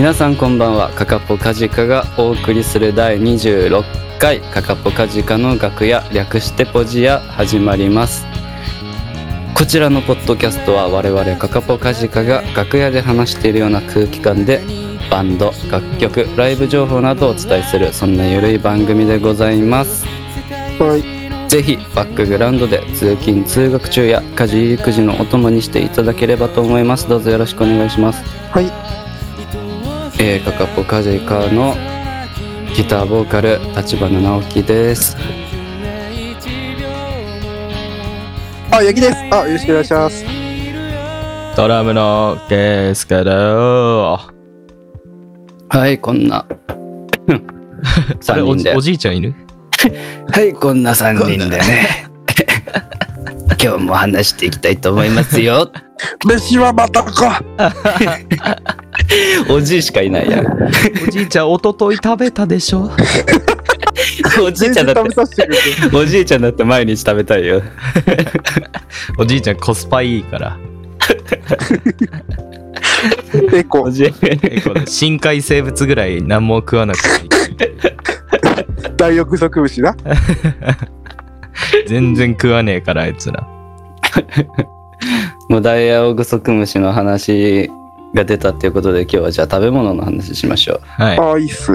皆さんこんばんは。カカポカジカがお送りする第26回カカポカジカの楽屋、略してポジヤ始まります。こちらのポッドキャストは我々カカポカジカが楽屋で話しているような空気感でバンド、楽曲、ライブ情報などをお伝えする、そんなゆるい番組でございます。 はい、 ぜひバックグラウンドで通勤通学中や家事育児のお供にしていただければと思います。どうぞよろしくお願いします。 はい、 カカポカジカのギターボーカル立花直樹です。 あ、ヤギです。よろしくお願いします。 ドラムのケイスケだ。 はい、こんな3人でおじいちゃんいる？ はい、こんな3人でね今日も話していきたいと思いますよ。 飯はまたかおじいしかいないやん。 おじいちゃんおととい食べたでしょ。 おじいちゃんだっておじいちゃんだって毎日食べたいよ。 おじいちゃんコスパいいからエコ深海生物ぐらい何も食わなくていい。 大浴足虫な。 全然食わねえからあいつら。 もうダイヤオグソクムシの話が出たっていうことで、今日はじゃあ食べ物の話しましょう。 はい。 いいっすね。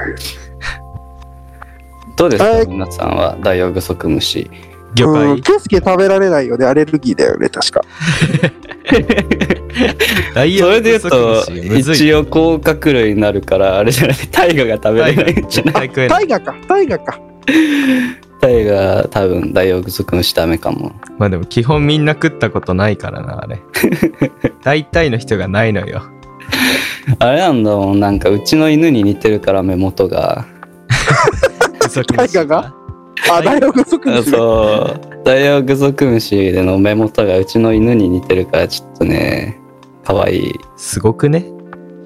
どうですか、皆さんはダイヤオグソクムシ。 魚介。 ケイスケ食べられないよね。アレルギーだよね、確か。 それで言うと一応甲殻類になるからあれじゃない、タイガが食べれないんじゃない。 タイガか。 タイガ多分ダイヤオグソクムシダメかも。 まあでも基本みんな食ったことないからな、あれ。大体の人がないのよ。 あれなんだもん、なんかうちの犬に似てるから目元が。 タイガがダイヤオグソクムシ。 そう、ダイヤオグソクムシでの目元がうちの犬に似てるからちょっとね、かわいい。 すごくね。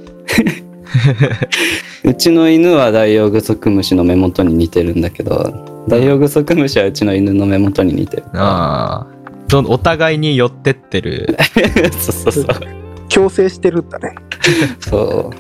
うちの犬はダイヤオグソクムシの目元に似てるんだけど、ダイヤオグソクムシはうちの犬の目元に似てる。 お互いに寄ってってる。 そう共生してるんだね。 そう。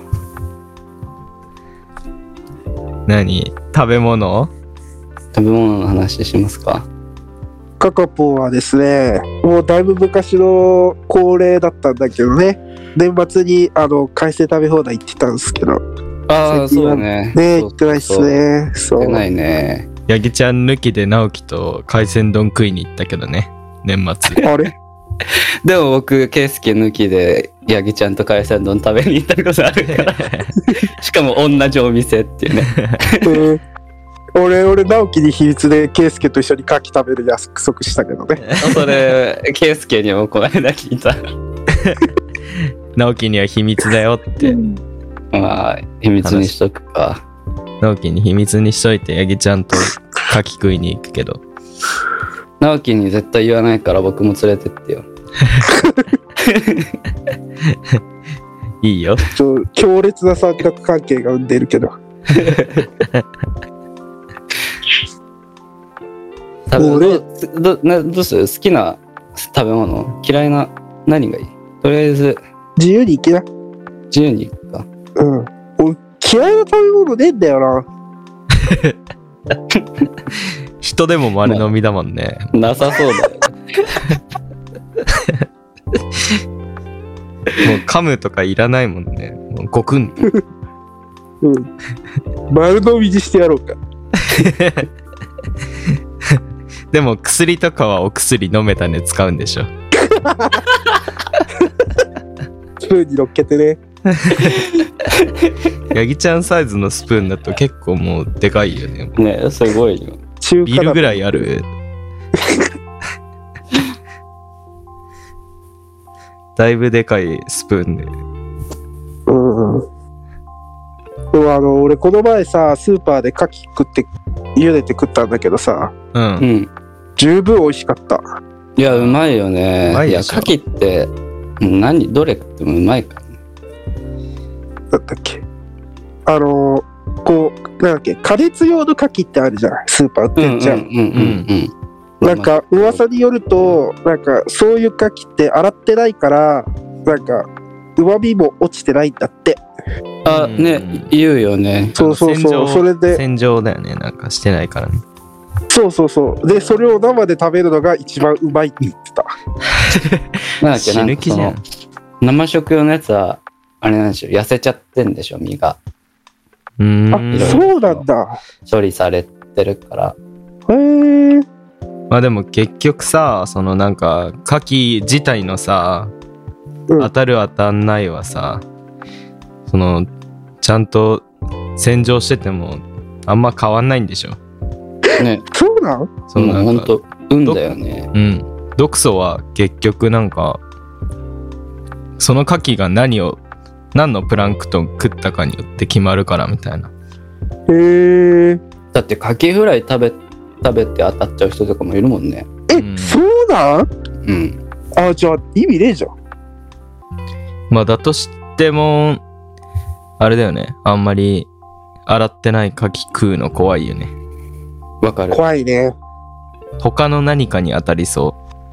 何？食べ物の話しますか？ カカポはですね、もうだいぶ昔の恒例だったんだけどね、年末に海鮮食べ放題行ってたんですけど、 そうね。 行ってないっすね。 そう。行ってないね。 ヤギちゃん抜きで直樹と海鮮丼食いに行ったけどね、年末。 あれでも僕、ケイスケ抜きでヤギちゃんと海鮮丼食べに行ったことあるからしかも同じお店っていうね。 俺直樹に秘密でケイスケと一緒に牡蠣食べる約束したけどね。 それケイスケにもこの間聞いた。 直樹には秘密だよって。 まあ秘密にしとくか。 直樹に秘密にしといてヤギちゃんと牡蠣食いに行くけど。 直樹に絶対言わないから僕も連れてってよ。 いいよ。 強烈な三角関係が生んでいるけど。 どうする？好きな食べ物？嫌いな何がいい？とりあえず自由に行けな。 自由に行くか。 俺嫌いな食べ物ねえんだよな。 人でも丸飲みだもんね。 なさそうだよ。 もう噛むとかいらないもんね。もうごくん。 丸飲みにしてやろうか。 でも薬とかはお薬飲めたね使うんでしょ。 スプーンに乗っけてね。 ヤギちゃんサイズのスプーンだと結構もうでかいよね。 ね、すごいよ。 ビールぐらいある。だいぶでかいスプーンで。 でも俺この前さ、スーパーで牡蠣茹でて食ったんだけどさ、十分美味しかった。 いや、うまいよね。いや、牡蠣ってどれ食ってもうまいからね。 だったっけ、こうなんだっけ、加熱用の牡蠣ってあるじゃん、スーパー売ってんじゃん。なんか噂によると、なんかそういう牡蠣って洗ってないから、なんか旨味も落ちてないんだって。 あ、ね、言うよね。 そうそうそう。それで、 洗浄だよね。なんかしてないからね。 そうそうそう。で、それを生で食べるのが一番うまいって言ってた。 なんだっけ、なんか死ぬ気じゃん。 生食用のやつは、あれなんでしょ、痩せちゃってんでしょ、身が。 あ、そうなんだ。 処理されてるから。 へえ。 まあでも結局さ、そのなんか、牡蠣自体のさ、 うん当たる当たんないはさ、その、ちゃんと洗浄してても、あんま変わんないんでしょ。 ね、 そうなん？ そのもうほなんかんと、運だよね。 うん。毒素は結局なんか、その牡蠣が何のプランクトン食ったかによって決まるからみたいな。 へえ。 だってカキフライ食べて当たっちゃう人とかもいるもんね。 うんそうなん？ うん。 あ、じゃあ意味ねえじゃん。 まあだとしても、あれだよね。あんまり洗ってない牡蠣食うの怖いよね。 わかる。 怖いね。 他の何かに当たりそ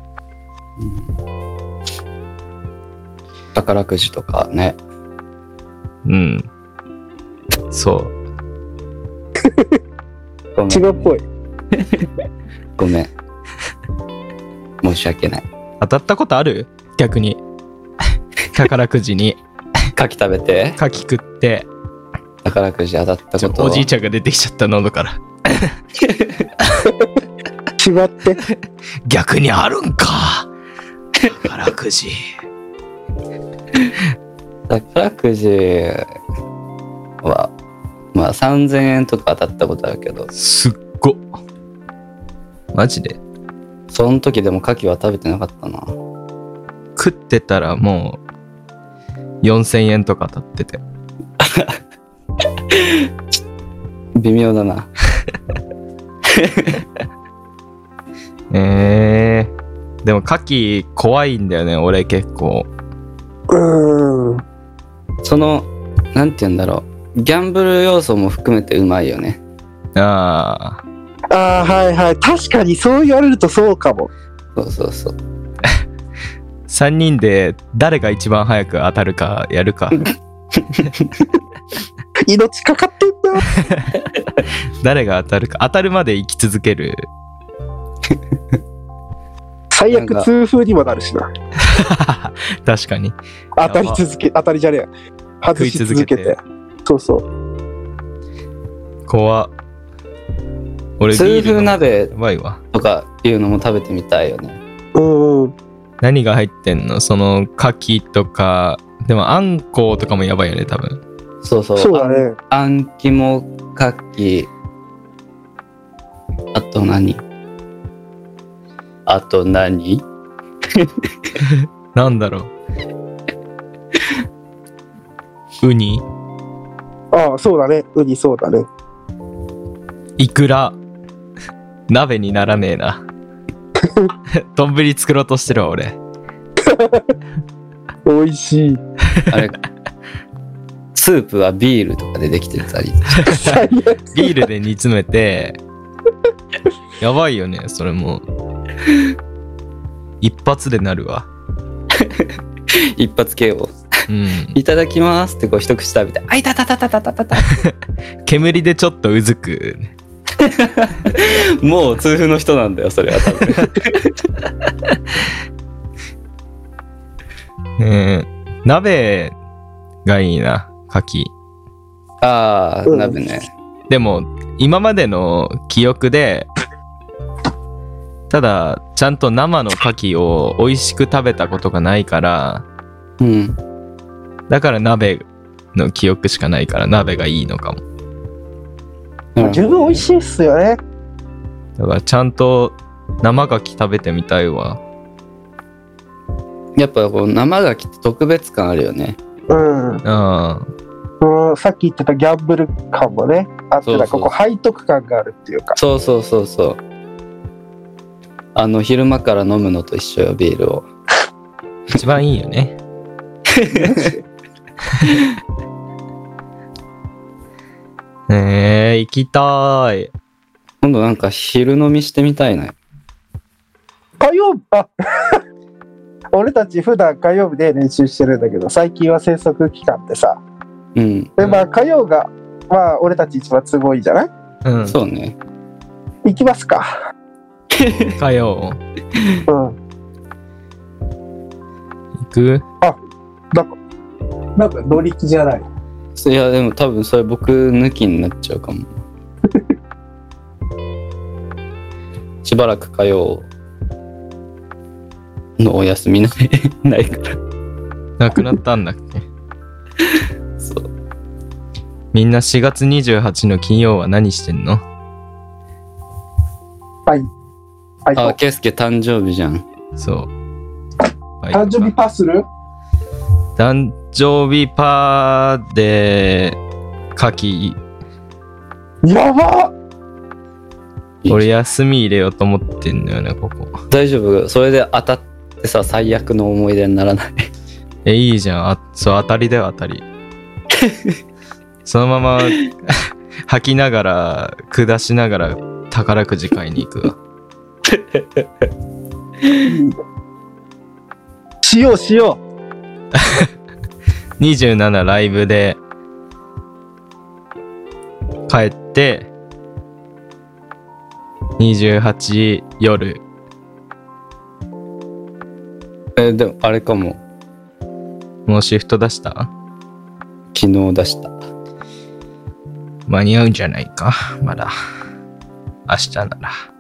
宝くじとかね。 う。うん。そう。 ごめん。 違うっぽい。 ごめん。申し訳ない。 当たったことある？逆に。宝くじにカキ食べて、 牡蠣食って、 宝くじ当たったことはおじいちゃんが出てきちゃった喉から。 決まって。 逆にあるんか。宝くじ。 宝くじは、まあ3000円とか当たったことあるけど、 すっご。マジでその時でもカキは食べてなかったな。 食ってたらもう4000円とか当たってて。 微妙だな。 でも牡蠣怖いんだよね、俺結構。 その、なんて言うんだろう。ギャンブル要素も含めてうまいよね。 ああ。 ああ、はいはい。確かにそう言われるとそうかも。 そうそうそう。 3人で誰が一番早く当たるかやるか。 命かかってんだ。 誰が当たるか、当たるまで生き続ける。 最悪痛風にもなるしな。 確かに。 当たりじゃねえ。外し続けて。そうそう。 怖っ。俺痛風鍋やばいわ。 とかいうのも食べてみたいよね。 何が入ってんの？その牡蠣とか、でもあんこうとかもやばいよね、多分。 そうそう。 そうだね。 あん肝牡蠣。あと何なんだろう。ウニ？ ああ、そうだね。ウニそうだね。 イクラ。鍋にならねえな。丼作ろうとしてるわ、俺。 美味しい。 あれ、スープはビールとかでできてたり。 ビールで煮詰めて、やばいよね、それも。一発でなるわ。 一発 KO。 うん。 いただきますってこう一口食べて、あいたたたたたたたた。 煙でちょっとうずく。 もう痛風の人なんだよ、それは多分。 鍋がいいな、牡蠣。 ああ、鍋ね。 でも、今までの記憶で、ただ、ちゃんと生の牡蠣を美味しく食べたことがないから、 うん。 だから鍋の記憶しかないから、鍋がいいのかも。 十分美味しいっすよね。 だからちゃんと生牡蠣食べてみたいわ。 やっぱこう生牡蠣って特別感あるよね。 あさっき言ってたギャンブル感もねあって、なんかこう背徳感があるっていうか。 そうそうそうそう。昼間から飲むのと一緒よ、ビールを。 一番いいよね。行きたい。 今度なんか昼飲みしてみたいな。 火曜日、俺たち普段火曜日で練習してるんだけど、最近は制作期間ってさ、 うん。 で、まあ火曜が、まあ俺たち一番都合いいじゃない？ うん。 そうね。 行きますか。 火曜。 うん。 行く？ なんか乗り気じゃない。 いや、でも多分それ僕抜きになっちゃうかも。しばらく火曜のお休みないから。 なくなったんだっけ？ そう。 みんな4月28の金曜は何してんの？ はい。 あ、ケイスケ誕生日じゃん。 そう。 誕生日パスする？ 誕生日パーで夏季やばっ！ 俺休み入れようと思ってんのよね、ここ。 大丈夫？それで当たってさ、最悪の思い出にならない？ いいじゃん。そう、当たりだよ、当たり。そのまま吐きながら下しながら宝くじ買いに行くわ。 しよう。 27ライブで帰って28夜。 でもあれかも。 もうシフト出した？ 昨日出した。 間に合うんじゃないか、まだ。明日なら。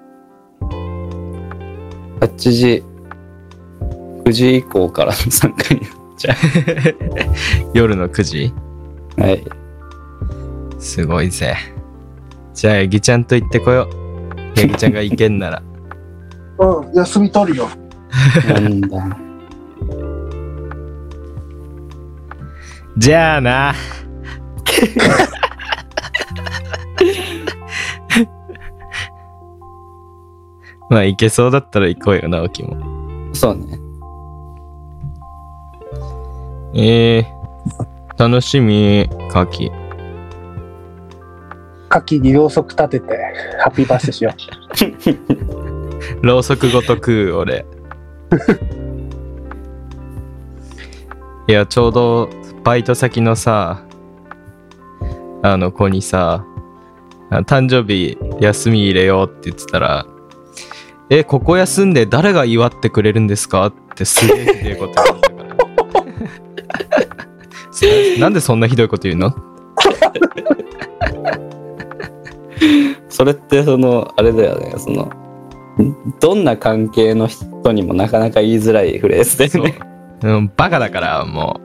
8時、9時以降からの参加になっちゃ夜の9時？ う。はい。 すごいぜ。じゃあ、ヤギちゃんと行ってこよう。ヤギちゃんが行けんなら。 うん、休み取るよ。 なんだ。 じゃあな。まあ、行けそうだったら行こうよ、直樹も。 そうね。 楽しみ、カキ。 夏季にろうそく立てて、ハッピーバースデーしよう。 ろうそくごと食う、俺。いや、ちょうど、バイト先のさ、子にさ、誕生日休み入れようって言ってたら、ここ休んで誰が祝ってくれるんですかってすげえひどいこと言われたから。なんでそんなひどいこと言うの？ それってあれだよね、どんな関係の人にもなかなか言いづらいフレーズだよね。 バカだからも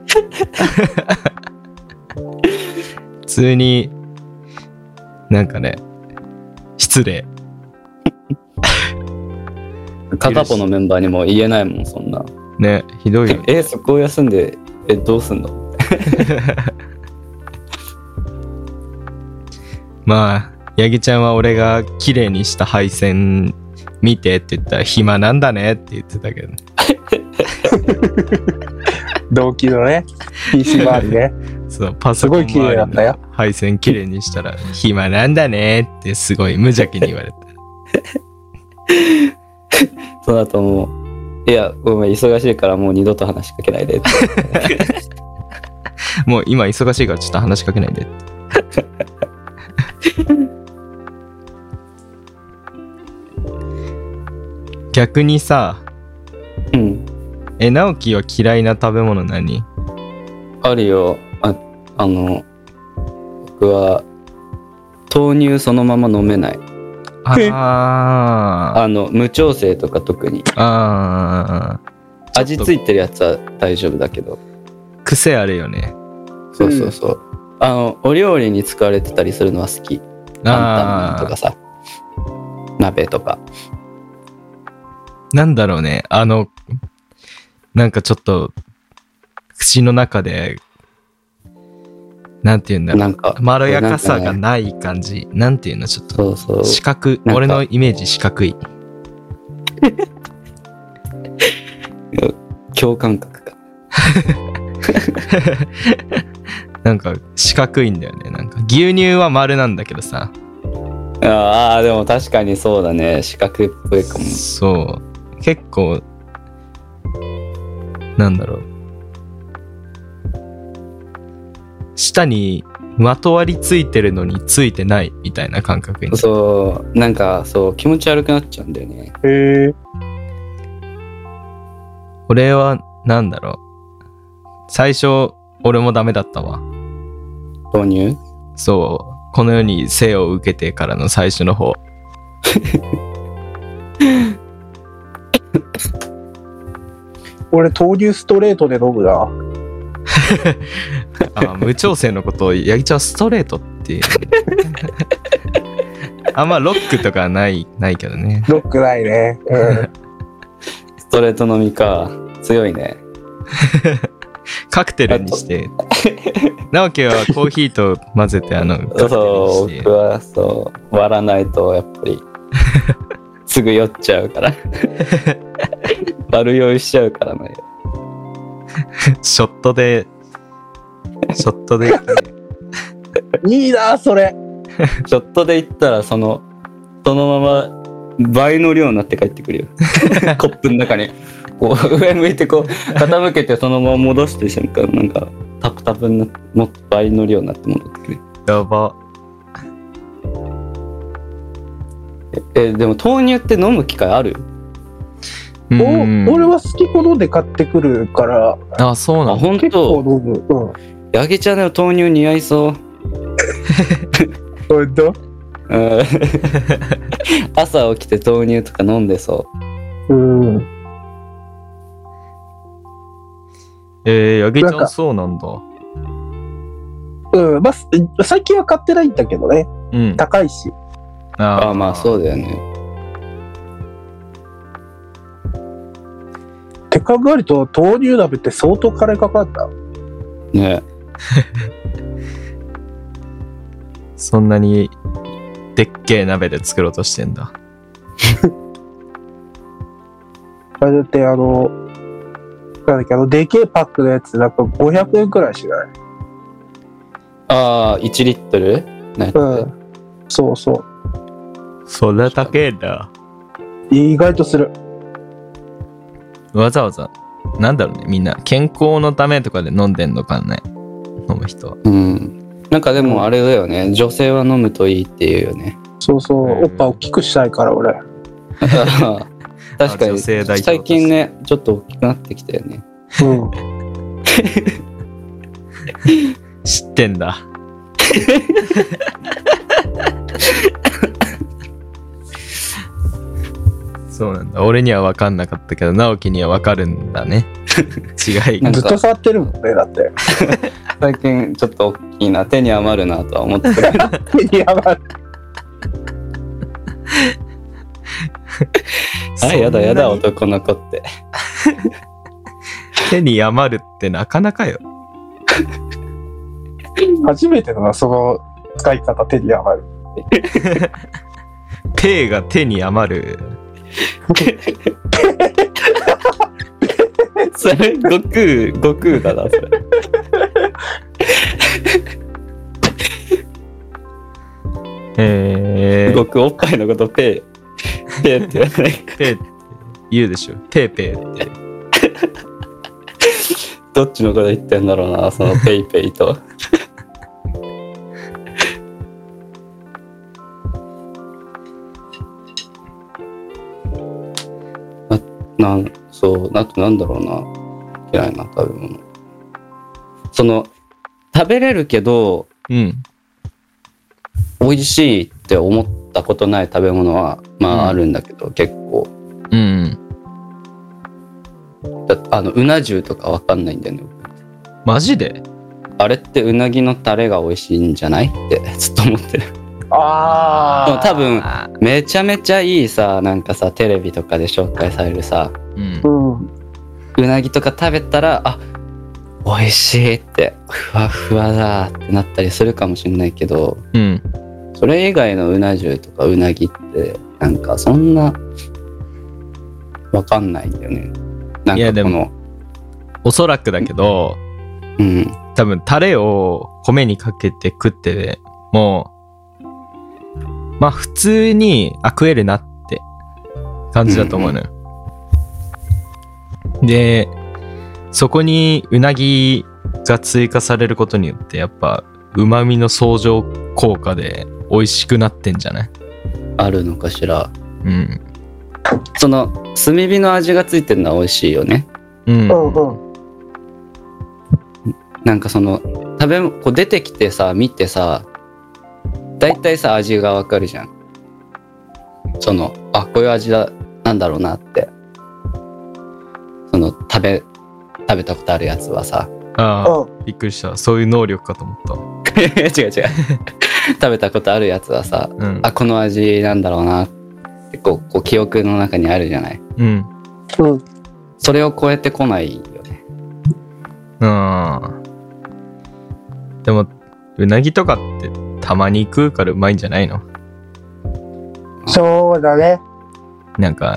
う普通になんかね、失礼。 片方のメンバーにも言えないもん、そんな。 ね、ひどいよね。 そこを休んでどうすんの？ まあ、ヤギちゃんは俺が綺麗にした配線見てって言ったら暇なんだねって言ってたけど。 同期のね、PC 周りね。 そう、パソコンすごい綺麗だったよ。 配線綺麗にしたら暇なんだねってすごい無邪気に言われた。 その後もう、いや、ごめん、忙しいからもう二度と話しかけないでって。 もう今忙しいからちょっと話しかけないでって。逆にさ、 うん。 直樹は嫌いな食べ物何？ あるよ。僕は豆乳そのまま飲めない。無調整とか特に。味ついてるやつは大丈夫だけど。 癖あるよね。 そうそうそう。お料理に使われてたりするのは好き。担々麺とかさ、鍋とか。 なんだろうね。なんかちょっと口の中でなんていうんだろう、 なんかまろやかさがない感じ。なんていうの、ちょっとそうそう、 四角。俺のイメージ四角い。 共感覚か。 なんか四角いんだよね。なんか牛乳は丸なんだけどさ。 ああ、でも確かにそうだね。四角っぽいかも。 そう。結構なんだろう。 舌にまとわりついてるのについてないみたいな感覚に。 そうなんかそう気持ち悪くなっちゃうんだよね。 へえ。 俺はなんだろう、最初俺もダメだったわ。 豆乳そうこの世に生を受けてからの最初の方俺、豆乳ストレートで飲むな。 無調整のことを八木ちゃんはストレートっていうあんまロックとかないけどね。 ロックないね。 ストレート飲みか強いね。 カクテルにして直樹はコーヒーと混ぜてカクテルにそうして。 僕はそう割らないとやっぱりすぐ酔っちゃうから悪酔いしちゃうからね。 ショットでいいな、それ。 ちょっとで行ったらそのまま倍の量になって帰ってくるよコップの中にこう上向いてこう傾けてそのまま戻して瞬間なんかタプタプになってもっと倍の量になって戻ってくる。 やば。 でも豆乳って飲む機会ある？ 俺は好き好んで買ってくるから。 あ、そうなの。 本結構当。 飲む。 ヤギちゃんでも豆乳似合いそう。 本当？ 朝起きて豆乳とか飲んでそう。 ヤギちゃんそうなんだ。 まあ、最近は買ってないんだけどね。高いし。 あまあそうだよね。 って考えると豆乳鍋って相当金かかるんだね。 そんなにでっけえ鍋で作ろうとしてんだ。 あれだってなんだっけでけえパックのやつなんか500円くらいしない？ ああ1リットルのやつ。 そうそう。 それだけだ。 意外とする。 わざわざなんだろうね、みんな健康のためとかで飲んでんのかね、飲む人は。 なんかでもあれだよね、女性は飲むといいっていうよね。 そうそう、おっぱい大きくしたいから俺。 確かに最近ねちょっと大きくなってきたよね。 知ってんだ。そうなんだ。俺には分かんなかったけど直樹には分かるんだね。違いが。 ずっと触ってるもんねだって。 最近ちょっと大きいな、手に余るなとは思ってる。 手に余る。 あ、やだやだ男の子って。 手に余るってなかなかよ。 初めてだな、その使い方、手に余る。 ペイが手に余る。 それ悟空だなそれ。悟空おっぱいのことペイって言わない。 ペイって言うでしょ。ペイペイって。 どっちのこと言ってんだろうな、そのペイペイと。あとなんだろうな、嫌いな食べ物。その食べれるけど、美味しいって思ったことない食べ物はまああるんだけど、結構。うな重とかわかんないんだよね。 マジで？ あれってうなぎのタレが美味しいんじゃないってずっと思ってる。 あでも多分めちゃめちゃいいさ、なんかさテレビとかで紹介されるさ、うなぎとか食べたら美味しいってふわふわだってなったりするかもしれないけど、それ以外のうな重とかうなぎってなんかそんなわかんないんだよね。なんかこの、いやでもおそらくだけど、多分タレを米にかけて食ってもうまあ普通に食えるなって感じだと思うのよ。でそこにうなぎが追加されることによってやっぱ旨味の相乗効果で美味しくなってんじゃない？ あるのかしら。 うん。 その炭火の味がついてるのは美味しいよね。 うん。 なんかそのこう出てきてさ見てさ、だいたいさ味がわかるじゃん。そのこういう味なんだろうなって。その食べたことあるやつはさ。 びっくりした。そういう能力かと思った。 違う食べたことあるやつはさ、この味なんだろうなってこう記憶の中にあるじゃない。それを超えてこないよね。 でもうなぎとかってたまに食うからうまいんじゃないの？ そうだね。 なんか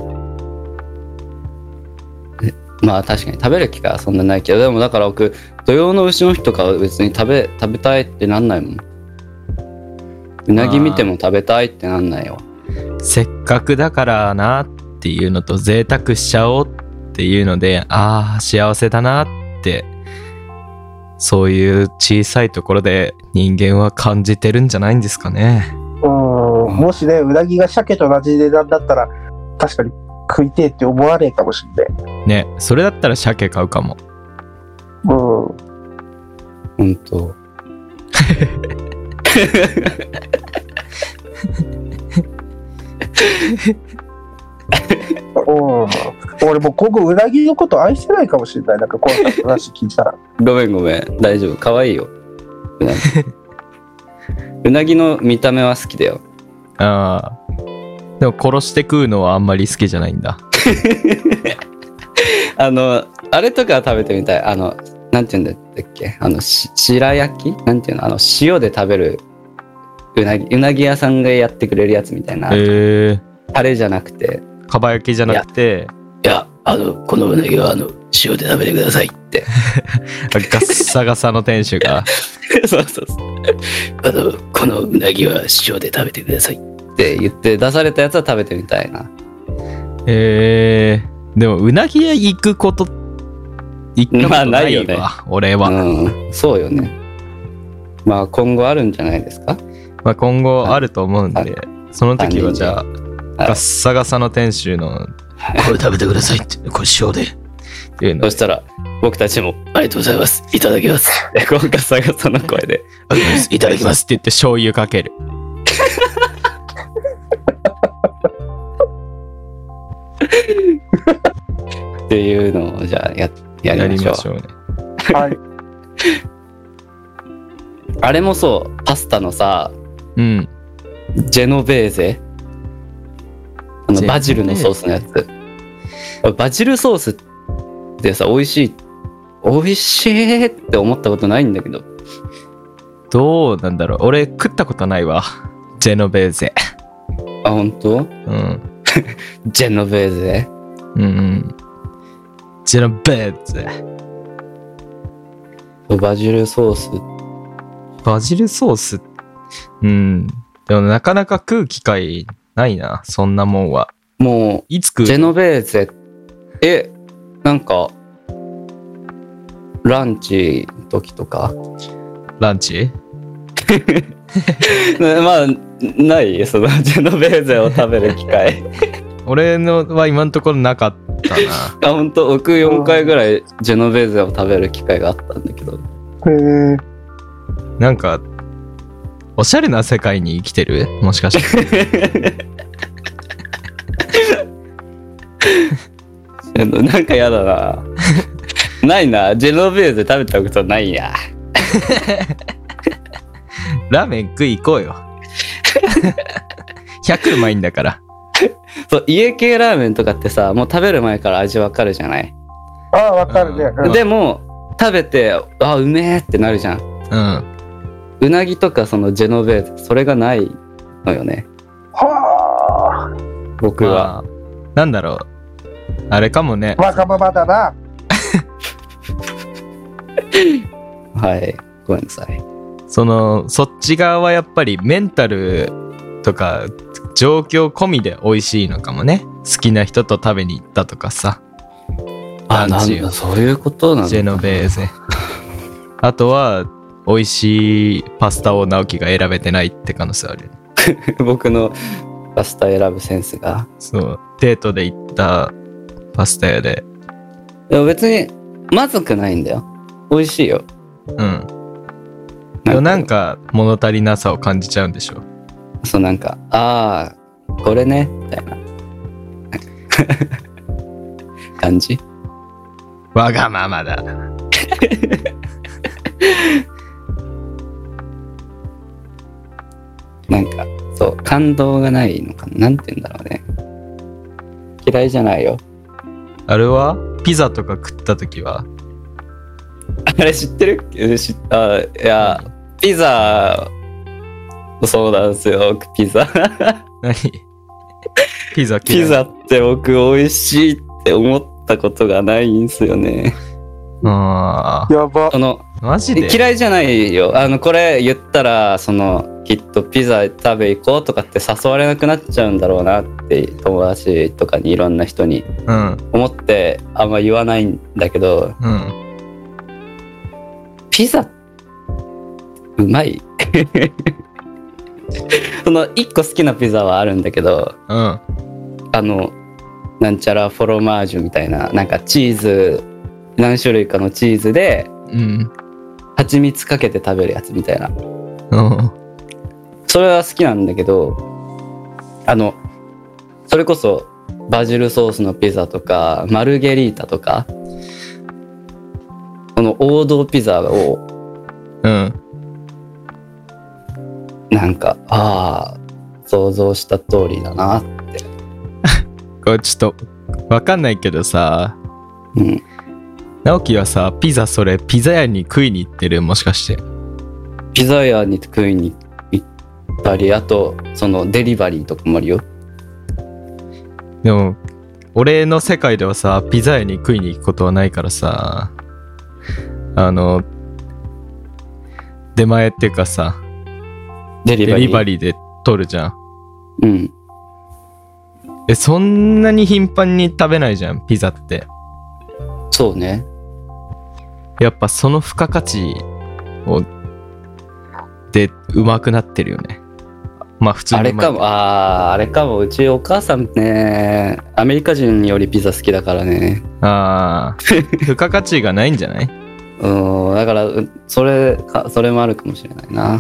まあ確かに食べる機会はそんなないけど、でもだから僕土曜の牛の日とかは別に食べたいってなんないもん。うなぎ見ても食べたいってなんないよ。 せっかくだからなっていうのと贅沢しちゃおうっていうので、幸せだなって、そういう小さいところで人間は感じてるんじゃないんですかね。 もしね、うなぎが鮭と同じ値段だったら確かに食いてえって思わねえかもしんないね。それだったら鮭買うかも。 ほんと俺もう今後うなぎのこと愛せないかもしれない。なんかこういう話聞いたらごめん大丈夫、可愛いようなぎの見た目は好きだよ。 でも殺して食うのはあんまり好きじゃないんだあれとか食べてみたい。なんていうんだっけ、白焼きなんていうの、塩で食べるうなぎ屋さんがやってくれるやつみたいな。タレじゃなくて、 かば焼きじゃなくて、 いやこのうなぎは塩で食べてくださいってガッサガサの店主がそうこのうなぎは塩で食べてくださいって言って出されたやつは食べてみたいな。 でもうなぎ屋行くことないよね、俺は。 そうよね。まあ今後あるんじゃないですか。 まあ今後あると思うんで、その時はじゃあガッサガサの店主のこれ食べてくださいってこれ塩でっていうの。 そしたら僕たちもありがとうございます、いただきますってこうガッサガサの声でいただきますって言って醤油かけるっていうのをじゃあやりましょうね。 はい。 あれもそうパスタのさ、ジェノベーゼ、バジルのソースのやつ。バジルソースってさ美味しいって思ったことないんだけど。 どうなんだろう。俺食ったことないわ、ジェノベーゼ。 本当？ジェノベーゼ。 ジェノベーゼ。 バジルソース。でもなかなか食う機会ないな、そんなもんは。 もういつ食う？ ジェノベーゼなんかランチの時とか。 ランチまあないそのジェノベーゼを食べる機会俺のは今のところなかったな。 本当僕4回ぐらいジェノベーゼを食べる機会があったんだけど。 なんかおしゃれな世界に生きてる？もしかしてなんかやだなないな、ジェノベーゼ食べたことないやラーメン食い行こうよ100うまいんだからそう、家系ラーメンとかってさもう食べる前から味わかるじゃない。 わかるね。 でも食べてうめえってなるじゃん。うなぎとかそのジェノベーゼそれがないのよね。僕は、 なんだろう、あれかもね。 わがままだなはい、ごめんなさい。 そっち側はやっぱりメンタルとか状況込みで美味しいのかもね。好きな人と食べに行ったとかさ。 なんだそういうことなの。 ジェノベーゼあとは美味しいパスタを直樹が選べてないって可能性ある。 僕のパスタ選ぶセンスが。 そう、デートで行ったパスタ屋で。 でも別にまずくないんだよ。美味しいよ。 うん。でもなんか物足りなさを感じちゃうんでしょ。 そう、なんか、ああこれねみたいな感じ。 わがままだ。 なんかそう感動がないのかな、なんて言うんだろうね。嫌いじゃないよ。 あれはピザとか食った時はあれ知ってる？いやピザ、そうなんですよ、ピザ何ピザ嫌い？ ピザって僕美味しいって思ったことがないんですよね。 ああ、 やば。 マジで嫌いじゃないよ。これ言ったらきっとピザ食べ行こうとかって誘われなくなっちゃうんだろうなって、友達とかにいろんな人に思ってあんま言わないんだけど、 うん、 ピザうまい1個好きなピザはあるんだけど、 うん、 なんちゃらフォロマージュみたいな、なんかチーズ何種類かのチーズで、 うん、 蜂蜜かけて食べるやつみたいな、 うん、 それは好きなんだけど、それこそバジルソースのピザとかマルゲリータとか、この王道ピザを、 うん、 なんか想像した通りだなって。 これちょっとわかんないけどさ、 うん、 直樹はさ、ピザピザ屋に食いに行ってる？もしかしてピザ屋に食いに行ったり、あとデリバリーとかもあるよ。 でも俺の世界ではさ、ピザ屋に食いに行くことはないからさ、出前っていうかさ、デリバリーで取るじゃん。 うん。 そんなに頻繁に食べないじゃん、ピザって。 そうね。 やっぱその付加価値でうまくなってるよね。まあ普通にうまい。 あれかも。うちお母さんね、アメリカ人よりピザ好きだからね。 付加価値がないんじゃない？ だからそれもあるかもしれないな。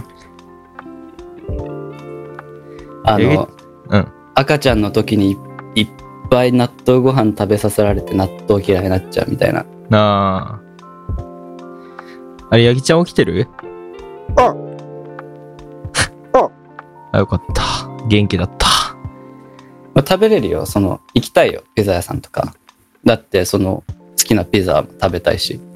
うん、 赤ちゃんの時にいっぱい納豆ご飯食べさせられて納豆嫌いになっちゃうみたいな。 あれ、ヤギちゃん起きてる？よかった。元気だった。 食べれるよ。行きたいよ、ピザ屋さんとか。だって好きなピザ食べたいし、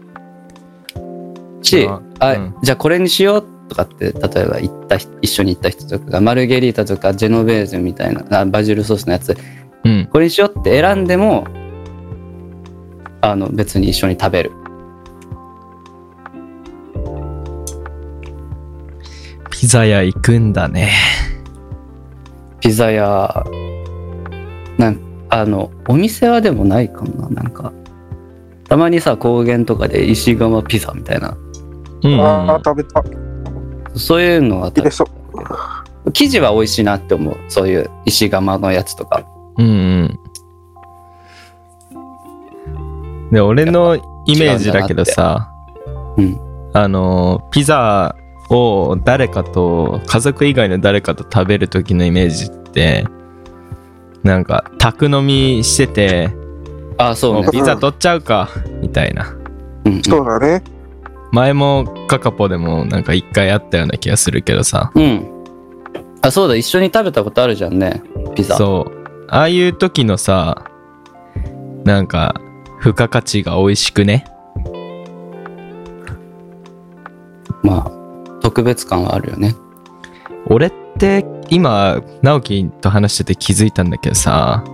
じゃあこれにしようとかって、例えば一緒に行った人とかがマルゲリータとかジェノベーゼみたいなバジルソースのやつ、これにしようって選んでも別に一緒に食べる。 ピザ屋行くんだね。 ピザ屋お店はでもないかもな。なんかたまにさ、高原とかで石窯ピザみたいな、 食べた。 そういうのは入れそう。 生地は美味しいなって思う。そういう石窯のやつとか。 で、俺のイメージだけどさ、ピザを家族以外の誰かと食べる時のイメージって、なんか宅飲みしてて、 そうね、 ピザ取っちゃうかみたいな。 そうだね。 前もカカポでもなんか一回あったような気がするけどさ。 そうだ、一緒に食べたことあるじゃんね、ピザ。 そう、ああいう時のさ、なんか付加価値が美味しくね。 まあ特別感はあるよね。 俺って今直樹と話してて気づいたんだけどさ、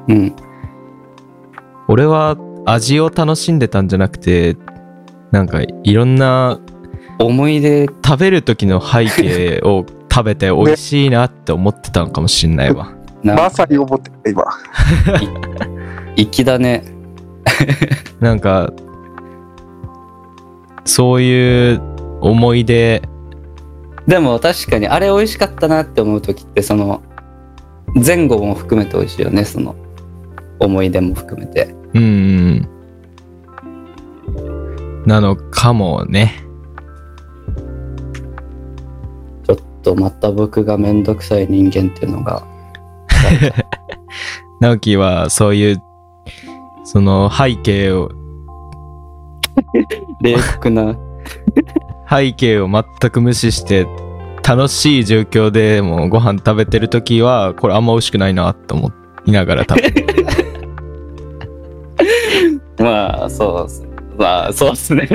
俺は味を楽しんでたんじゃなくて、なんかいろんな思い出、 食べる時の背景を食べて美味しいなって思ってたのかもしんないわ。 まさに思ってた今。 粋だね。 なんかそういう思い出。 でも確かにあれ美味しかったなって思う時ってその前後も含めて美味しいよね。その思い出も含めて。 なのかもね。 ちょっとまた僕がめんどくさい人間っていうのが直樹はそういうその背景を冷酷な背景を全く無視して楽しい状況でもうご飯食べてるときはこれあんま美味しくないなと思いながら食べてるまあそうっすね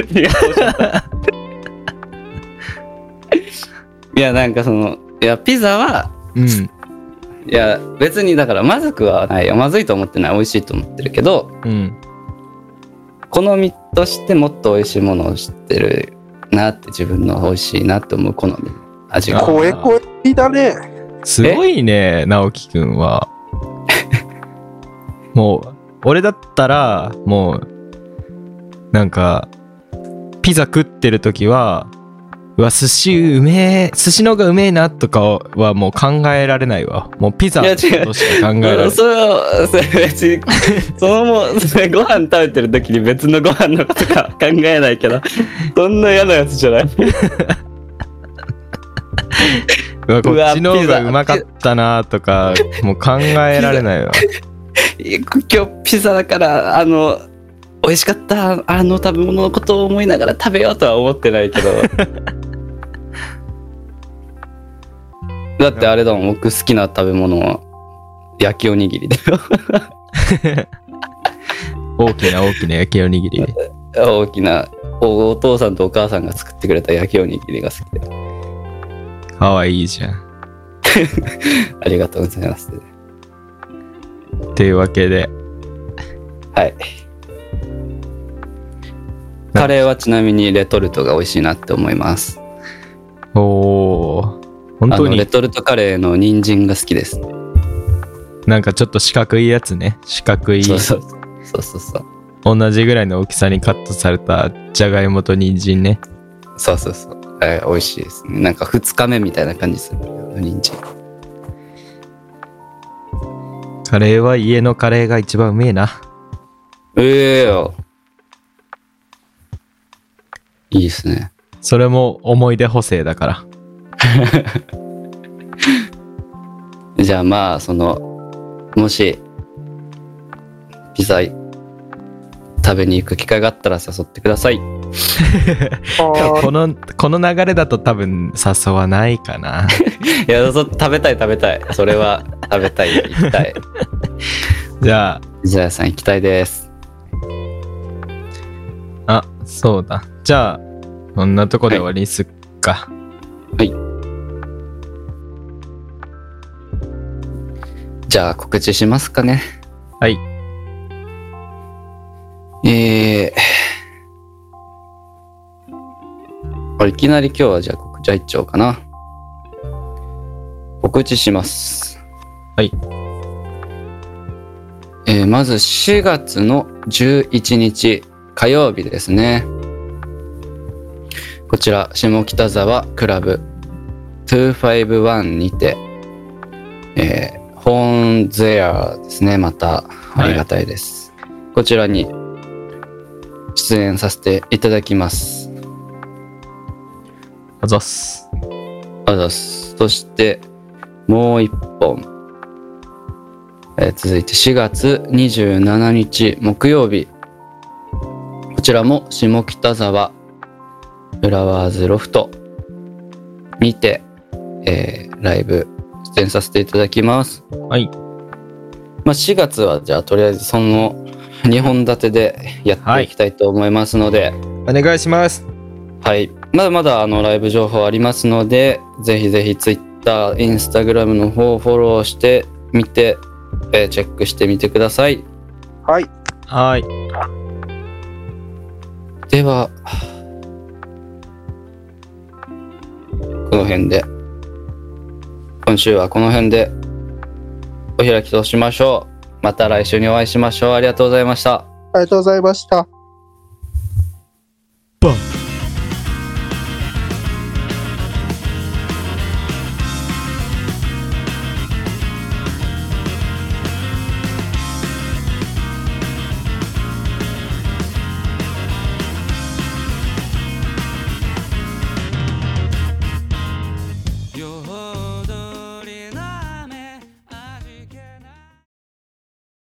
いやなんかそのいやピザは、いや別にだからまずくはないよ。まずいと思ってない。美味しいと思ってるけど、好みとしてもっと美味しいものを知ってるなって、自分の美味しいなって思う好みの味が。 声だね。 すごいね、直樹くんは。もう俺だったらもうなんかピザ食ってる時はうわ寿司の方がうめえなとかはもう考えられないわ。もうピザとしか考えられない。 それ別にそれご飯食べてる時に別のご飯のことか考えないけどそんな嫌なやつじゃないうわこっちの方がうまかったなとかもう考えられないわ。 今日ピザだから美味しかった食べ物のことを思いながら食べようとは思ってないけどだってあれだもん、僕好きな食べ物は焼きおにぎりだよ大きな焼きおにぎり。 大きなお父さんとお母さんが作ってくれた焼きおにぎりが好きで。 かわいいじゃんありがとうございます。 というわけで、 はい。カレーはちなみにレトルトが美味しいなって思います。 おー、本当にレトルトカレーの人参が好きです。 なんかちょっと四角いやつね。四角い。 そう同じぐらいの大きさにカットされたじゃがいもと人参ね。 そう、美味しいですね。なんか2日目みたいな感じする人参。 カレーは家のカレーが一番うめえな。 よいいですね。 それも思い出補正だからじゃあまあもしピザ食べに行く機会があったら誘ってくださいこの流れだと多分誘わないかな。 いや食べたいそれは食べたい、行きたいじゃあピザ屋さん行きたいです。 あ、そうだ。じゃあこんなとこで終わりにすっか。 はい。じゃあ告知しますかね。 はい。 いきなり今日はじゃあ告知入っちゃおうかな。告知します。 はい。 まず4月の11日火曜日ですね。こちら下北沢クラブ251にて、ホーンゼアですね。またありがたいです、はい、こちらに出演させていただきます。 あざっす。 そしてもう一本、続いて4月27日木曜日、こちらも下北沢フラワーズロフトにて、ライブ出演させていただきます。 はい。 4月はじゃあとりあえずその2本立てでやっていきたいと思いますので、 お願いします。 はい。まだまだライブ情報ありますので、ぜひぜひ Twitter、Instagram の方をフォローしてみて、チェックしてみてください。 はい。 はい。 ではこの辺で、今週はこの辺でお開きとしましょう。また来週にお会いしましょう。ありがとうございました。 ありがとうございました。